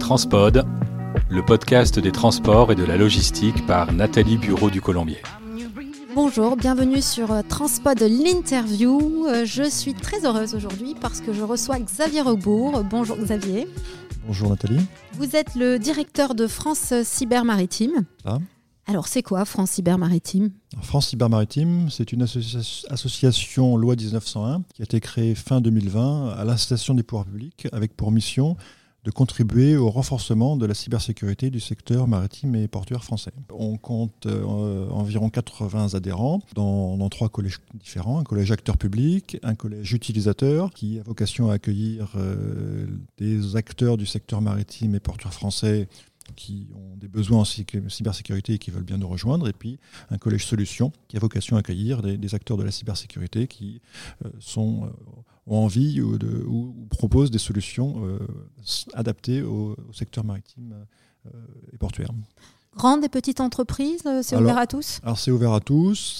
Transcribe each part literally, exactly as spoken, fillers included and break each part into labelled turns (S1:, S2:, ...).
S1: Transpod, le podcast des transports et de la logistique par Nathalie Bureau du Colombier.
S2: Bonjour, bienvenue sur Transpod l'interview. Je suis très heureuse aujourd'hui parce que je reçois Xavier Rebourg. Bonjour Xavier.
S3: Bonjour Nathalie.
S2: Vous êtes le directeur de France Cyber Maritime.
S3: Ah.
S2: Alors c'est quoi France Cyber Maritime ?
S3: France Cyber Maritime, c'est une associa- association loi dix-neuf cent un qui a été créée fin deux mille vingt à l'incitation des pouvoirs publics avec pour mission de contribuer au renforcement de la cybersécurité du secteur maritime et portuaire français. On compte euh, environ quatre-vingts adhérents dans, dans trois collèges différents, un collège acteurs publics, un collège utilisateurs qui a vocation à accueillir euh, des acteurs du secteur maritime et portuaire français qui ont des besoins en cybersécurité et qui veulent bien nous rejoindre, et puis un collège solutions qui a vocation à accueillir des, des acteurs de la cybersécurité qui euh, sont, euh, ont envie ou, de, ou, ou proposent des solutions euh, adaptées au, au secteur maritime euh, et portuaire.
S2: Grandes et petites entreprises, c'est
S3: alors,
S2: ouvert à tous ?
S3: Alors c'est ouvert à tous.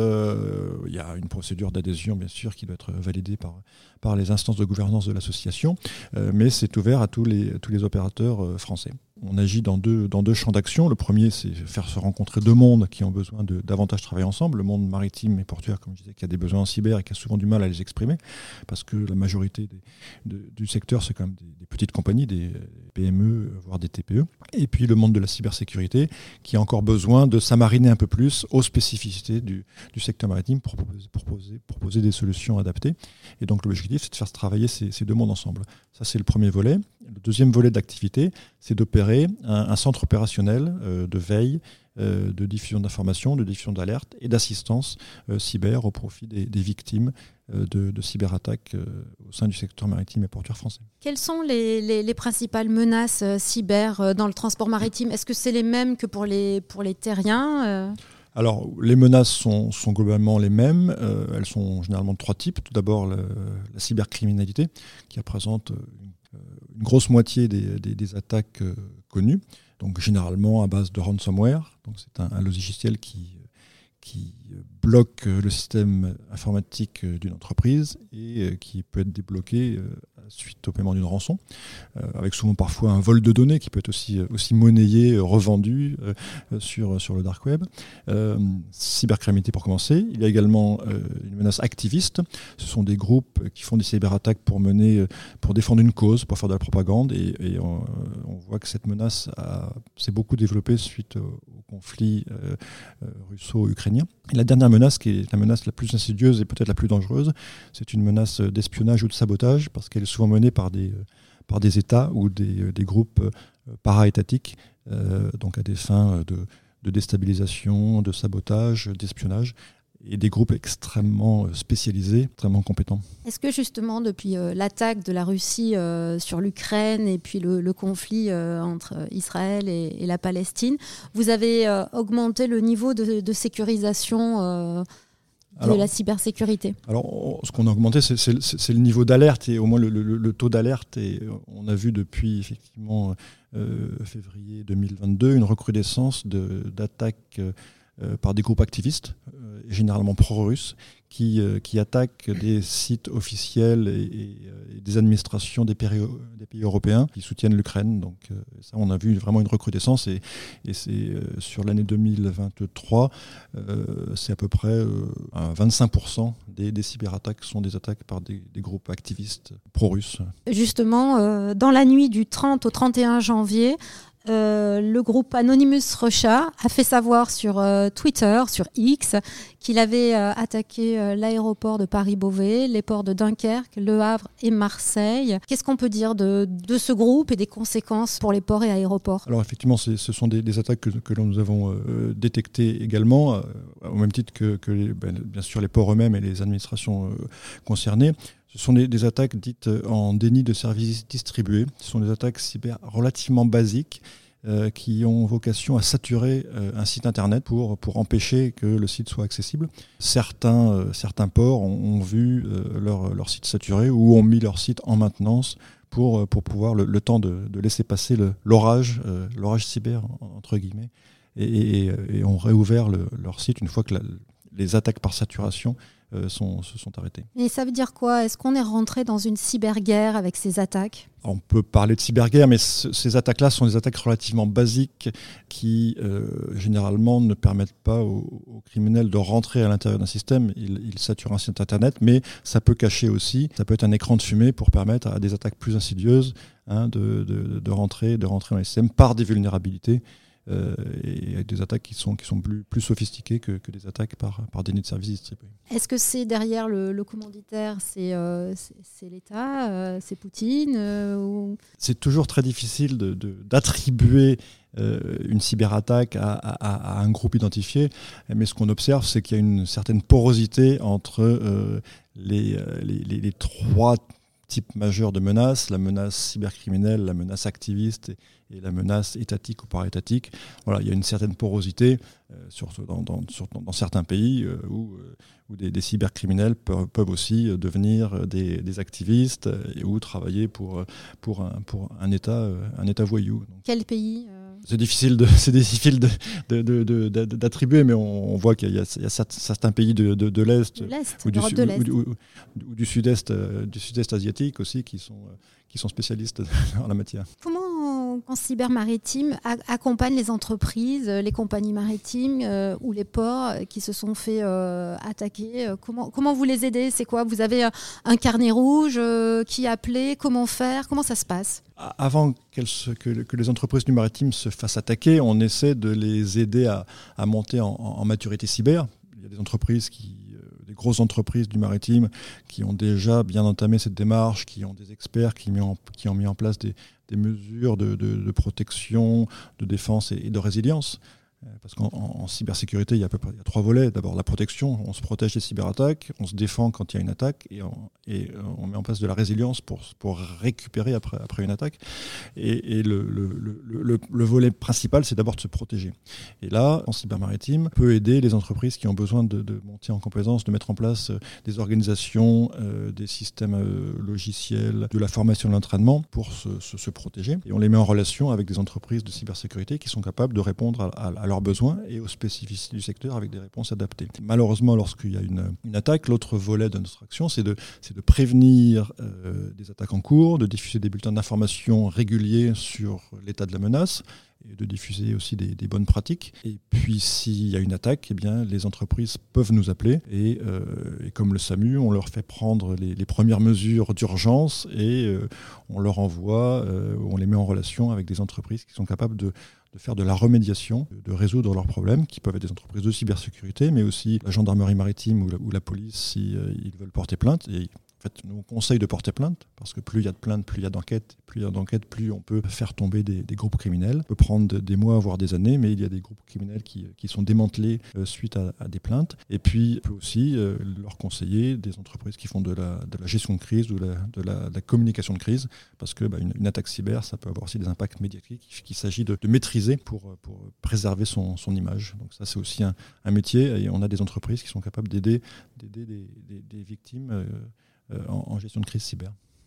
S3: Euh, il y a une procédure d'adhésion bien sûr qui doit être validée par, par les instances de gouvernance de l'association, euh, mais c'est ouvert à tous les, tous les opérateurs euh, français. On agit dans deux, dans deux champs d'action. Le premier, c'est faire se rencontrer deux mondes qui ont besoin de davantage travailler ensemble. Le monde maritime et portuaire, comme je disais, qui a des besoins en cyber et qui a souvent du mal à les exprimer, parce que la majorité des, de, du secteur, c'est quand même des, des petites compagnies, des P M E, voire des T P E. Et puis le monde de la cybersécurité, qui a encore besoin de s'amariner un peu plus aux spécificités du, du secteur maritime pour proposer, proposer, proposer des solutions adaptées. Et donc l'objectif, c'est de faire travailler ces, ces deux mondes ensemble. Ça, c'est le premier volet. Le deuxième volet d'activité, c'est d'opérer un, un centre opérationnel euh, de veille, euh, de diffusion d'informations, de diffusion d'alertes et d'assistance euh, cyber au profit des, des victimes euh, de, de cyberattaques euh, au sein du secteur maritime et portuaire français.
S2: Quelles sont les, les, les principales menaces euh, cyber euh, dans le transport maritime ? Est-ce que c'est les mêmes que pour les, pour les terriens euh
S3: Alors, les menaces sont, sont globalement les mêmes. Euh, elles sont généralement de trois types. Tout d'abord, le, la cybercriminalité, qui représente une, une grosse moitié des, des, des attaques euh, connues. Donc, généralement à base de ransomware. Donc, c'est un, un logiciel qui, qui bloque le système informatique d'une entreprise et qui peut être débloqué euh, suite au paiement d'une rançon, euh, avec souvent parfois un vol de données qui peut être aussi, aussi monnayé, revendu euh, sur, sur le dark web. Euh, cybercriminalité pour commencer. Il y a également euh, une menace activiste. Ce sont des groupes qui font des cyberattaques pour mener, pour défendre une cause, pour faire de la propagande, et, et on, on voit que cette menace a, s'est beaucoup développée suite au, au conflit euh, russo-ukrainien. Et la dernière menace, qui est la menace la plus insidieuse et peut-être la plus dangereuse, c'est une menace d'espionnage ou de sabotage, parce qu'elle est souvent menée par des, par des États ou des, des groupes para-étatiques, euh, donc à des fins de, de déstabilisation, de sabotage, d'espionnage, et des groupes extrêmement spécialisés, extrêmement compétents.
S2: Est-ce que justement, depuis euh, l'attaque de la Russie euh, sur l'Ukraine et puis le, le conflit euh, entre Israël et, et la Palestine, vous avez euh, augmenté le niveau de, de sécurisation euh, de alors, la cybersécurité ?
S3: Alors, ce qu'on a augmenté, c'est, c'est, c'est le niveau d'alerte et au moins le, le, le taux d'alerte. Et on a vu depuis effectivement euh, février deux mille vingt-deux une recrudescence de, d'attaques euh, par des groupes activistes, euh, généralement pro-russes, qui, euh, qui attaquent des sites officiels et, et, et des administrations des pays, des pays européens qui soutiennent l'Ukraine. Donc euh, ça, on a vu vraiment une recrudescence et, et c'est euh, sur l'année deux mille vingt-trois, euh, c'est à peu près euh, vingt-cinq pour cent des, des cyberattaques sont des attaques par des, des groupes activistes pro-russes.
S2: Justement, euh, dans la nuit du trente au trente et un janvier, Euh, le groupe Anonymous Russia a fait savoir sur euh, Twitter, sur X, qu'il avait euh, attaqué euh, l'aéroport de Paris-Beauvais, les ports de Dunkerque, Le Havre et Marseille. Qu'est-ce qu'on peut dire de, de ce groupe et des conséquences pour les ports et aéroports ?
S3: Alors effectivement, c'est, ce sont des, des attaques que, que nous avons euh, détectées également, euh, au même titre que, que les, ben, bien sûr les ports eux-mêmes et les administrations euh, concernées. Ce sont des, des attaques dites en déni de services distribués. Ce sont des attaques cyber relativement basiques euh, qui ont vocation à saturer euh, un site internet pour, pour empêcher que le site soit accessible. Certains, euh, certains ports ont, ont vu euh, leur, leur site saturé ou ont mis leur site en maintenance pour, pour pouvoir le, le temps de, de laisser passer le, l'orage, euh, l'orage cyber entre guillemets, et, et, et ont réouvert le, leur site une fois que la, les attaques par saturation euh, sont, se sont arrêtées.
S2: Et ça veut dire quoi ? Est-ce qu'on est rentré dans une cyberguerre avec ces attaques ?
S3: On peut parler de cyberguerre, mais ce, ces attaques-là sont des attaques relativement basiques qui, euh, généralement, ne permettent pas aux, aux criminels de rentrer à l'intérieur d'un système. Ils, ils saturent un site Internet, mais ça peut cacher aussi, ça peut être un écran de fumée pour permettre à des attaques plus insidieuses hein, de, de, de, rentrer, de rentrer dans les systèmes par des vulnérabilités. Euh, et avec des attaques qui sont, qui sont plus, plus sophistiquées que, que des attaques par, par déni de services distribués.
S2: Est-ce que c'est derrière le, le commanditaire, c'est, euh, c'est, c'est l'État, euh, c'est Poutine euh, ou...
S3: C'est toujours très difficile de, de, d'attribuer euh, une cyberattaque à, à, à un groupe identifié, mais ce qu'on observe, c'est qu'il y a une certaine porosité entre euh, les, les, les, les trois types majeurs de menaces, la menace cybercriminelle, la menace activiste et, et la menace étatique ou para-étatique. Voilà, il y a une certaine porosité, euh, surtout dans, dans, sur, dans certains pays euh, où, euh, où des, des cybercriminels peuvent, peuvent aussi devenir des, des activistes et, ou travailler pour, pour, un, pour un, État, un État voyou. Donc,
S2: quel pays euh...
S3: C'est difficile, de, c'est difficile de, de, de, de, de, d'attribuer, mais on, on voit qu'il y a, il y a certains pays de, de, de l'Est,
S2: de l'Est
S3: ou, du,
S2: de l'Est.
S3: Ou, ou, ou du Sud-Est, euh, du Sud-Est asiatique aussi, qui sont, euh, qui sont spécialistes en la matière.
S2: Comment en cyber maritime accompagne les entreprises, les compagnies maritimes euh, ou les ports qui se sont fait euh, attaquer ? Comment, comment vous les aidez ? C'est quoi ? Vous avez un carnet rouge euh, qui appelez ? Comment faire ? Comment ça se passe ?
S3: Avant se, que, que les entreprises du maritime se fassent attaquer, on essaie de les aider à, à monter en, en maturité cyber. Il y a des entreprises qui, euh, des grosses entreprises du maritime qui ont déjà bien entamé cette démarche, qui ont des experts qui, mis en, qui ont mis en place des, des mesures de, de, de protection, de défense et, et de résilience. Parce qu'en en, en cybersécurité, il y a à peu près il y a trois volets. D'abord, la protection, on se protège des cyberattaques, on se défend quand il y a une attaque et on, et on met en place de la résilience pour, pour récupérer après, après une attaque. Et, et le, le, le, le, le volet principal, c'est d'abord de se protéger. Et là, en cybermaritime, on peut aider les entreprises qui ont besoin de, de monter en compétence, de mettre en place des organisations, euh, des systèmes euh, logiciels, de la formation et de l'entraînement pour se, se, se protéger. Et on les met en relation avec des entreprises de cybersécurité qui sont capables de répondre à, à, à leurs besoins et aux spécificités du secteur avec des réponses adaptées. Malheureusement, lorsqu'il y a une, une attaque, l'autre volet de notre action, c'est de, c'est de prévenir euh, des attaques en cours, de diffuser des bulletins d'information réguliers sur l'état de la menace et de diffuser aussi des, des bonnes pratiques. Et puis, s'il y a une attaque, eh bien, les entreprises peuvent nous appeler et, euh, et comme le SAMU, on leur fait prendre les, les premières mesures d'urgence et euh, on leur envoie, euh, on les met en relation avec des entreprises qui sont capables de de faire de la remédiation, de résoudre leurs problèmes, qui peuvent être des entreprises de cybersécurité, mais aussi la gendarmerie maritime ou la, ou la police si euh, ils veulent porter plainte. Et en fait, nous on conseille de porter plainte, parce que plus il y a de plaintes, plus il y a d'enquêtes, plus il y a d'enquêtes, plus on peut faire tomber des, des groupes criminels. Ça peut prendre des mois, voire des années, mais il y a des groupes criminels qui, qui sont démantelés euh, suite à, à des plaintes. Et puis, on peut aussi euh, leur conseiller des entreprises qui font de la, de la gestion de crise ou de la, de la, de la communication de crise, parce que bah, une, une attaque cyber, ça peut avoir aussi des impacts médiatiques qu'il s'agit de, de maîtriser pour, pour préserver son, son image. Donc ça, c'est aussi un, un métier, et on a des entreprises qui sont capables d'aider, d'aider des, des, des victimes euh, en, en gestion de crise cyber.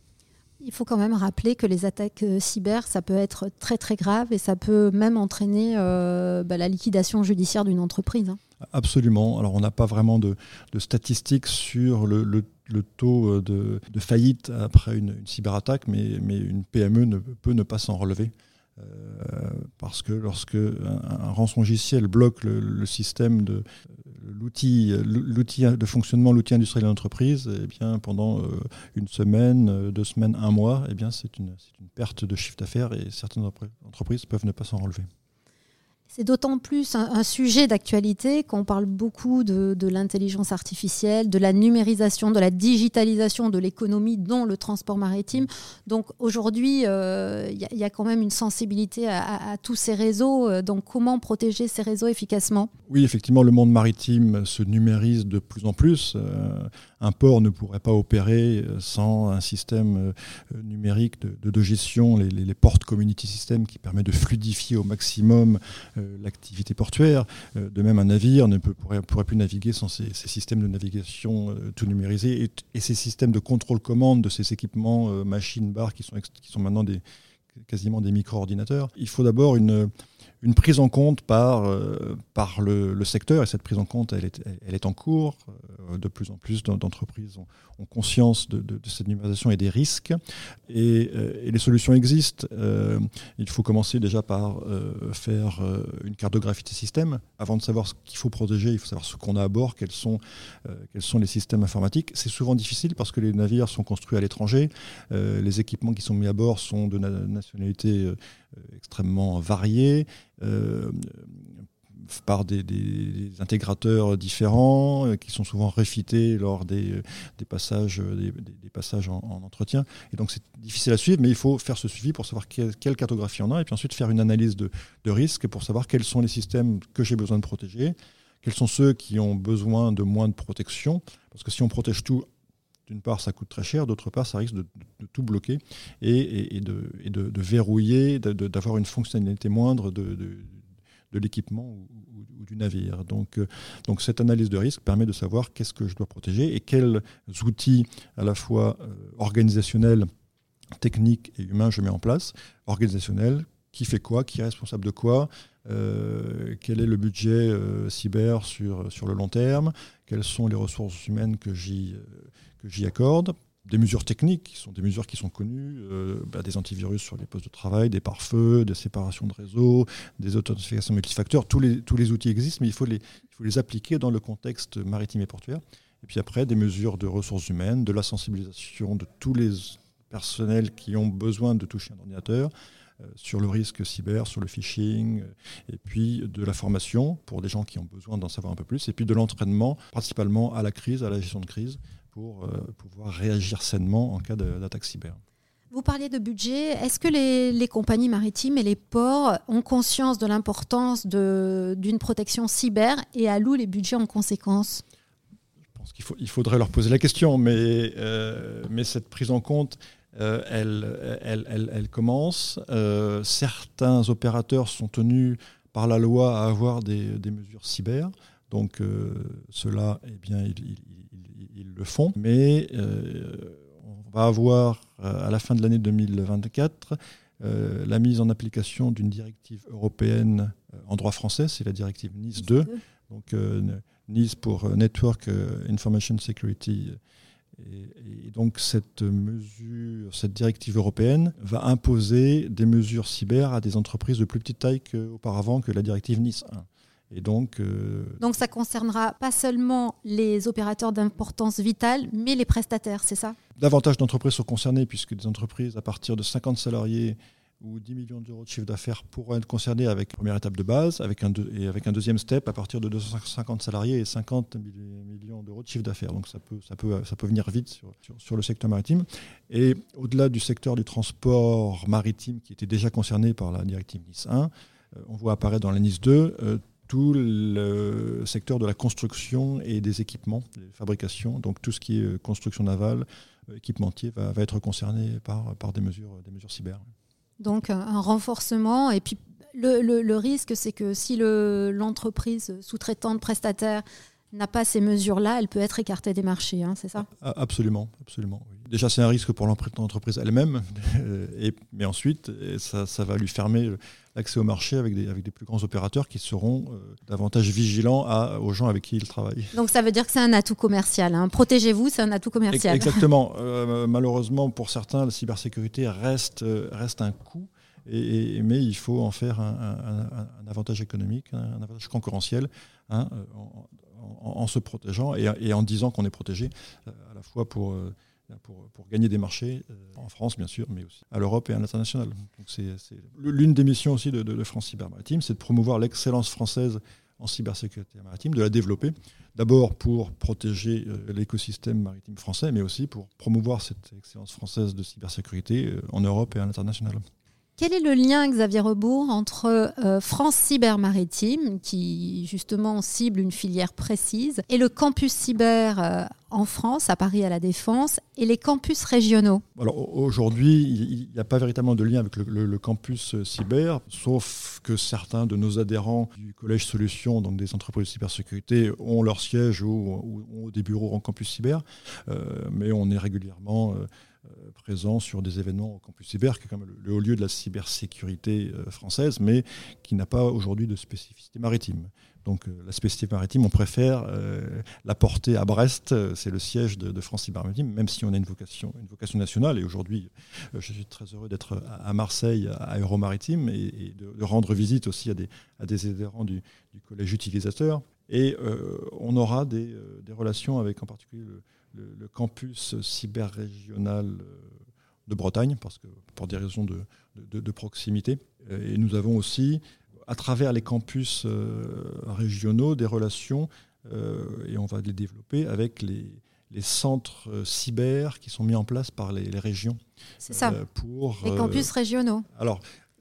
S2: Il faut quand même rappeler que les attaques cyber, ça peut être très très grave et ça peut même entraîner euh, bah, la liquidation judiciaire d'une entreprise. Hein.
S3: Absolument. Alors on n'a pas vraiment de, de statistiques sur le, le, le taux de, de faillite après une, une cyberattaque, mais, mais une P M E ne, peut ne pas s'en relever. Euh, parce que lorsque un, un rançongiciel bloque le, le système de l'outil, l'outil de fonctionnement, l'outil industriel de l'entreprise, eh bien pendant euh, une semaine, deux semaines, un mois, eh bien c'est une, c'est une perte de chiffre d'affaires et certaines entreprises peuvent ne pas s'en relever.
S2: C'est d'autant plus un, un sujet d'actualité qu'on parle beaucoup de, de l'intelligence artificielle, de la numérisation, de la digitalisation de l'économie, dont le transport maritime. Donc aujourd'hui, il euh, y, y a quand même une sensibilité à, à, à tous ces réseaux. Donc comment protéger ces réseaux efficacement ?
S3: Oui, effectivement, le monde maritime se numérise de plus en plus. Euh, un port ne pourrait pas opérer sans un système euh, numérique de, de, de gestion, les, les, les port community systems qui permet de fluidifier au maximum euh, l'activité portuaire. Euh, de même, un navire ne peut, pourrait, pourrait plus naviguer sans ces, ces systèmes de navigation euh, tout numérisés et, et ces systèmes de contrôle-commande de ces équipements, euh, machines, barres qui sont, ex- qui sont maintenant des, quasiment des micro-ordinateurs. Il faut d'abord une une prise en compte par, euh, par le, le secteur, et cette prise en compte, elle est, elle est en cours. Euh, de plus en plus d'entreprises ont, ont conscience de, de, de cette numérisation et des risques, et, euh, et les solutions existent. Euh, il faut commencer déjà par euh, faire euh, une cartographie des systèmes. Avant de savoir ce qu'il faut protéger, il faut savoir ce qu'on a à bord, quels sont, euh, quels sont les systèmes informatiques. C'est souvent difficile parce que les navires sont construits à l'étranger, euh, les équipements qui sont mis à bord sont de na- nationalités euh, extrêmement variées, euh, par des, des, des intégrateurs différents euh, qui sont souvent réfités lors des, des passages, des, des passages en, en entretien. Et donc c'est difficile à suivre, mais il faut faire ce suivi pour savoir quelle, quelle cartographie on a, et puis ensuite faire une analyse de, de risque pour savoir quels sont les systèmes que j'ai besoin de protéger, quels sont ceux qui ont besoin de moins de protection, parce que si on protège tout, d'une part, ça coûte très cher, d'autre part, ça risque de, de, de tout bloquer et, et, et, de, et de, de verrouiller, de, de, d'avoir une fonctionnalité moindre de, de, de l'équipement ou, ou, ou du navire. Donc, euh, donc cette analyse de risque permet de savoir qu'est-ce que je dois protéger et quels outils à la fois euh, organisationnels, techniques et humains je mets en place. Organisationnel, qui fait quoi, qui est responsable de quoi, euh, quel est le budget euh, cyber sur, sur le long terme, quelles sont les ressources humaines que j'y, euh, que j'y accorde. Des mesures techniques, qui sont des mesures qui sont connues, euh, bah, des antivirus sur les postes de travail, des pare-feux, des séparations de réseau, des authentifications multifacteurs. Tous les, tous les outils existent, mais il faut les, il faut les appliquer dans le contexte maritime et portuaire. Et puis après, des mesures de ressources humaines, de la sensibilisation de tous les personnels qui ont besoin de toucher un ordinateur, euh, sur le risque cyber, sur le phishing, euh, et puis de la formation pour des gens qui ont besoin d'en savoir un peu plus, et puis de l'entraînement, principalement à la crise, à la gestion de crise, pour euh, pouvoir réagir sainement en cas de, d'attaque cyber.
S2: Vous parliez de budget. Est-ce que les, les compagnies maritimes et les ports ont conscience de l'importance de, d'une protection cyber et allouent les budgets en conséquence ?
S3: Je pense qu'il faut, il faudrait leur poser la question, mais, euh, mais cette prise en compte, euh, elle, elle, elle, elle commence. Euh, certains opérateurs sont tenus par la loi à avoir des, des mesures cyber. Donc euh, ceux-là, eh bien, ils, ils, ils, ils le font. Mais euh, on va avoir, à la fin de l'année deux mille vingt-quatre, euh, la mise en application d'une directive européenne en droit français, c'est la directive N I S deux. Donc euh, N I S pour Network Information Security. Et, et donc cette mesure, cette directive européenne va imposer des mesures cyber à des entreprises de plus petite taille qu'auparavant que la directive N I S un. Et donc, euh...
S2: donc ça concernera pas seulement les opérateurs d'importance vitale, mais les prestataires, c'est ça ?
S3: Davantage d'entreprises sont concernées, puisque des entreprises à partir de cinquante salariés ou dix millions d'euros de chiffre d'affaires pourront être concernées avec une première étape de base, avec un deux, et avec un deuxième step à partir de deux cent cinquante salariés et cinquante millions d'euros de chiffre d'affaires. Donc ça peut, ça peut, ça peut venir vite sur, sur, sur le secteur maritime. Et au-delà du secteur du transport maritime qui était déjà concerné par la directive N I S un, euh, on voit apparaître dans la N I S deux euh, tout le secteur de la construction et des équipements, des fabrications. Donc tout ce qui est construction navale, équipementier va, va être concerné par, par des mesures, des mesures cyber.
S2: Donc un, un renforcement. Et puis le, le, le risque, c'est que si le, l'entreprise sous-traitante prestataire n'a pas ces mesures-là, elle peut être écartée des marchés, hein, c'est ça ?
S3: Absolument, absolument. Oui. Déjà, c'est un risque pour l'entreprise elle-même, et, mais ensuite, ça, ça va lui fermer l'accès au marché avec des, avec des plus grands opérateurs qui seront euh, davantage vigilants à, aux gens avec qui ils travaillent.
S2: Donc ça veut dire que c'est un atout commercial. Hein. Protégez-vous, c'est un atout commercial.
S3: Exactement. Euh, malheureusement, pour certains, la cybersécurité reste, reste un coût. Et, et, mais il faut en faire un, un, un, un avantage économique, un, un avantage concurrentiel, hein, en, en, en se protégeant et, et en disant qu'on est protégé à la fois pour, pour, pour gagner des marchés, en France bien sûr, mais aussi à l'Europe et à l'international. Donc c'est, c'est l'une des missions aussi de, de, de France Cyber Maritime, c'est de promouvoir l'excellence française en cybersécurité maritime, de la développer, d'abord pour protéger l'écosystème maritime français, mais aussi pour promouvoir cette excellence française de cybersécurité en Europe et à l'international.
S2: Quel est le lien, Xavier Rebourg, entre euh, France Cyber Maritime, qui justement cible une filière précise, et le campus cyber euh, en France, à Paris à la Défense, et les campus régionaux ?
S3: Alors aujourd'hui, il n'y a pas véritablement de lien avec le, le, le campus cyber, sauf que certains de nos adhérents du Collège Solutions, donc des entreprises de cybersécurité, ont leur siège ou, ou ont des bureaux en campus cyber, euh, mais on est régulièrement... Euh, euh, présent sur des événements au campus cyber, qui est quand même le, le haut lieu de la cybersécurité euh, française, mais qui n'a pas aujourd'hui de spécificité maritime. Donc euh, la spécificité maritime, on préfère euh, la porter à Brest, euh, c'est le siège de, de France Cyber Maritime, même si on a une vocation, une vocation nationale. Et aujourd'hui, euh, je suis très heureux d'être à, à Marseille, à Euromaritime, et, et de, de rendre visite aussi à des, à des adhérents du, du collège utilisateur. Et euh, on aura des, euh, des relations avec en particulier le, le, le campus cyber régional de Bretagne, parce que pour des raisons de, de, de proximité. Et nous avons aussi, à travers les campus euh, régionaux, des relations, euh, et on va les développer avec les, les centres euh, cyber qui sont mis en place par les, les régions.
S2: C'est ça,
S3: euh, pour,
S2: les campus euh, régionaux.
S3: Alors,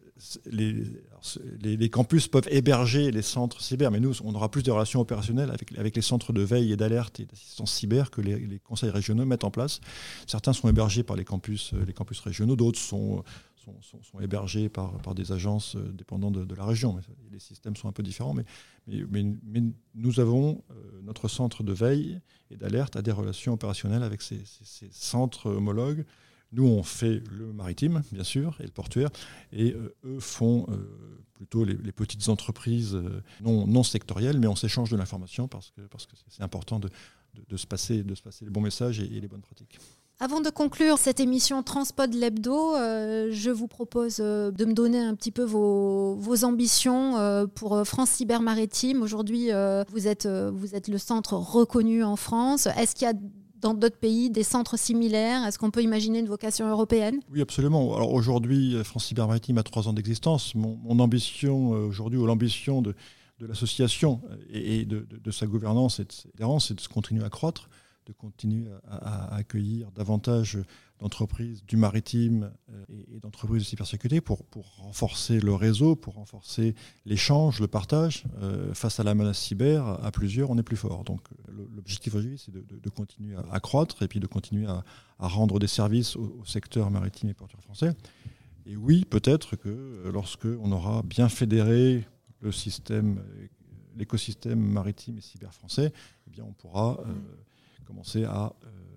S3: les, les, les campus peuvent héberger les centres cyber, mais nous, on aura plus de relations opérationnelles avec, avec les centres de veille et d'alerte et d'assistance cyber que les, les conseils régionaux mettent en place. Certains sont hébergés par les campus, les campus régionaux, d'autres sont... Sont, sont, sont hébergés par, par des agences euh, dépendant de, de la région. Mais les systèmes sont un peu différents, mais, mais, mais, mais nous avons euh, notre centre de veille et d'alerte à des relations opérationnelles avec ces, ces, ces centres homologues. Nous, on fait le maritime, bien sûr, et le portuaire, et euh, eux font euh, plutôt les, les petites entreprises euh, non, non sectorielles, mais on s'échange de l'information parce que, parce que c'est important de, de, de, se passer, de se passer les bons messages et, et les bonnes pratiques.
S2: Avant de conclure cette émission Transpod l'Hebdo, euh, je vous propose euh, de me donner un petit peu vos, vos ambitions euh, pour France Cyber Maritime. Aujourd'hui, euh, vous êtes, euh, vous êtes le centre reconnu en France. Est-ce qu'il y a dans d'autres pays des centres similaires ? Est-ce qu'on peut imaginer une vocation européenne ?
S3: Oui, absolument. Alors aujourd'hui, France Cyber Maritime a trois ans d'existence. Mon, mon ambition euh, aujourd'hui, ou l'ambition de, de l'association et, et de, de, de sa gouvernance et de ses adhérents, c'est de continuer à croître, de continuer à, à accueillir davantage d'entreprises du maritime et, et d'entreprises de cybersécurité pour, pour renforcer le réseau, pour renforcer l'échange, le partage. Euh, face à la menace cyber, à plusieurs, on est plus fort. Donc l'objectif aujourd'hui, c'est de, de, de continuer à, à croître et puis de continuer à, à rendre des services au, au secteur maritime et portuaire français. Et oui, peut-être que lorsque on aura bien fédéré le système, l'écosystème maritime et cyber français, eh bien on pourra... Euh, commencer à,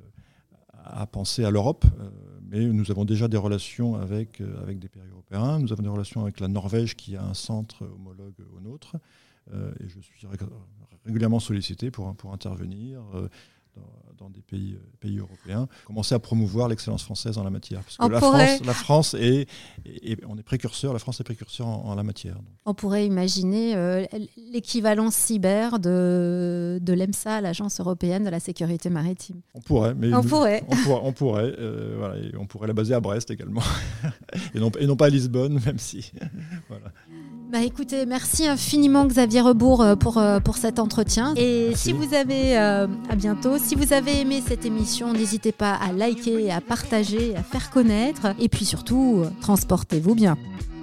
S3: euh, à penser à l'Europe, euh, mais nous avons déjà des relations avec, euh, avec des pays européens, nous avons des relations avec la Norvège qui a un centre homologue au nôtre, euh, et je suis rég- régulièrement sollicité pour, pour intervenir euh, dans, dans des pays, euh, pays européens, commencer à promouvoir l'excellence française en la matière, parce que
S2: on
S3: la,
S2: pourrait...
S3: France, la France est, est, est, on est précurseur, la France est précurseur en, en la matière. Donc.
S2: On pourrait imaginer euh, l'équivalent cyber de, de l'EMSA, l'Agence européenne de la sécurité maritime.
S3: On pourrait, mais
S2: on
S3: nous,
S2: pourrait.
S3: On pourrait, on pourrait, euh, voilà, et on pourrait la baser à Brest également, et, non, et non pas à Lisbonne, même si. Voilà.
S2: Bah écoutez, merci infiniment Xavier Rebourg pour, pour cet entretien. Et merci. Si vous avez, euh, à bientôt, si vous avez aimé cette émission, n'hésitez pas à liker, à partager, à faire connaître. Et puis surtout, transportez-vous bien.